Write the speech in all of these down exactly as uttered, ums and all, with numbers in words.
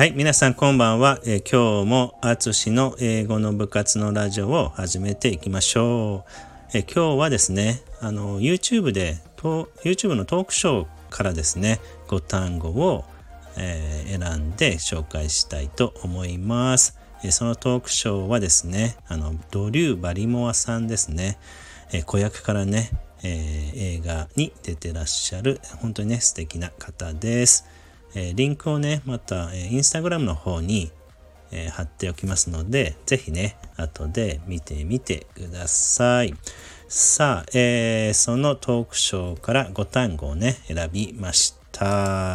はい、皆さんこんばんは。えー、今日もあつしの英語の部活のラジオを始めていきましょう。えー、今日はですね、あの YouTube でと YouTube のトークショーからですね、ご単語を、えー、選んで紹介したいと思います。えー、そのトークショーはですね、あのドリュー・バリモアさんですね。えー、子役からね、えー、映画に出てらっしゃる本当にね素敵な方です。えー、リンクをねまた、えー、インスタグラムの方に、えー、貼っておきますので、ぜひね後で見てみてください。さあ、えー、そのトークショーからご単語をね選びました。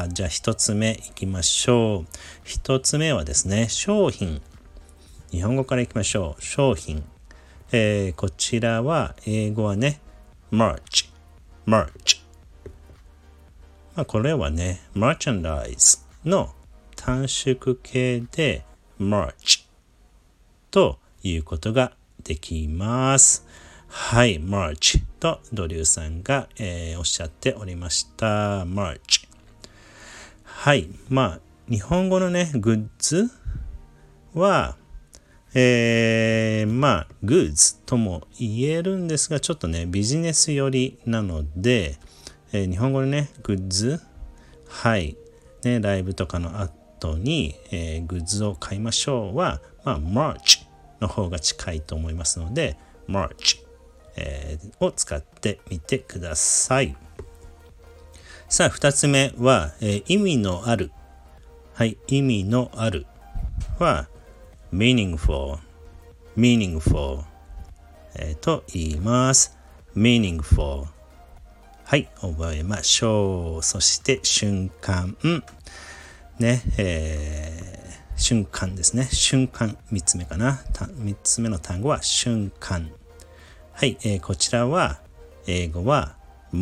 じゃあ一つ目いきましょう。一つ目はですね、商品。日本語からいきましょう。商品、えー、こちらは英語はね merch merch、まあ、これはね、merchandise の短縮形で merch ということができます。はい、merch とドリューさんが、えー、おっしゃっておりました。merch。はい、まあ、日本語のね、グッズは、えー、まあ、goods とも言えるんですが、ちょっとね、ビジネス寄りなので、えー、日本語でね、グッズ、はい、ね、ライブとかの後に、えー、グッズを買いましょうは、まあ、merch の方が近いと思いますので、merch、えー、を使ってみてください。さあ、二つ目は、えー、意味のある。はい、意味のあるは、meaningful、meaningful、えー、と言います。meaningful。はい、覚えましょう。そして瞬間、ね、えー、瞬間ですね。瞬間、三つ目かな。三つ目の単語は瞬間。はい、えー、こちらは英語は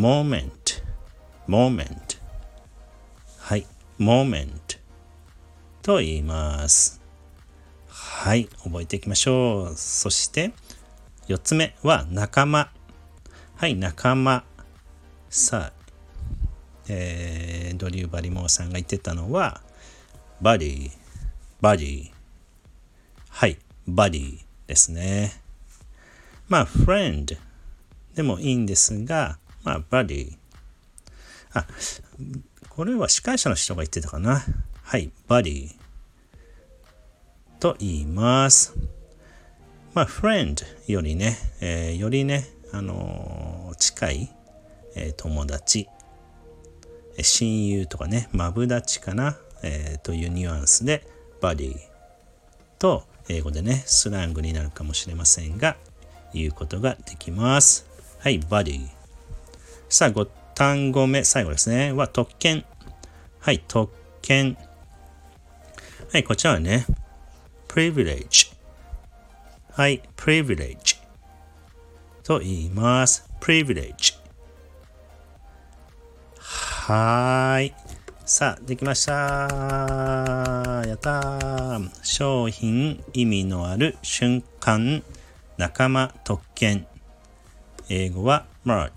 moment、moment。はい、moment と言います。はい、覚えていきましょう。そして四つ目は仲間。はい、仲間。さあ、えー、ドリュー・バリモーさんが言ってたのはバディ、バディ。はい、バディですね。まあ、フレンドでもいいんですが、まあ、バディ。あ、これは司会者の人が言ってたかな。はい、バディと言います。まあ、フレンドよりね、えー、よりね、あのー、近い、えー、友達、親友とかね、マブダチかな、えー、というニュアンスでバディと英語でねスラングになるかもしれませんが言うことができます。はい、バディ。さあご単語目最後ですねは特権。はい、特権。はい、こちらはね privilege。はい、privilege と言います。privilege。はーい。さあ、できました。やったー。商品、意味のある瞬間、仲間、特権。英語は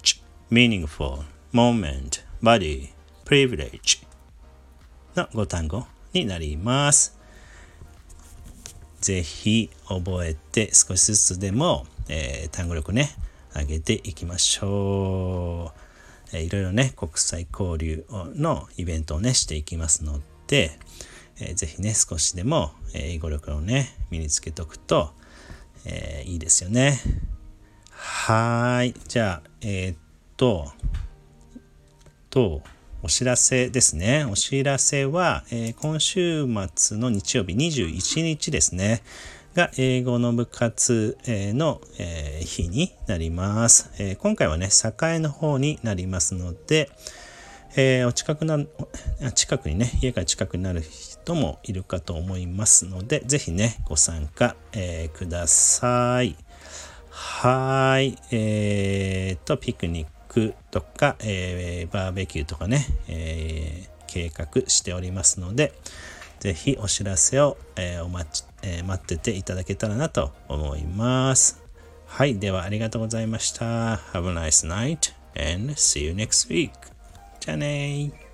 merch、meaningful、moment、body、privilege のご単語になります。ぜひ覚えて少しずつでも、えー、単語力ね、上げていきましょう。えー、いろいろね国際交流のイベントをねしていきますので、えー、ぜひね少しでも英語力をね身につけておくと、えー、いいですよね。はい、じゃあえー、っととお知らせですね。お知らせは、えー、今週末の日曜日にじゅういちにちですねが英語の部活の日になります。今回はね栄の方になりますので、えー、お近くな近くにね家から近くになる人もいるかと思いますので、ぜひねご参加、えー、ください。はい、えー、とピクニックとか、えー、バーベキューとかね、えー、計画しておりますので、ぜひお知らせを、えーお待ちえー、待ってていただけたらなと思います。はい、ではありがとうございました。Have a nice night and see you next week. じゃあねー。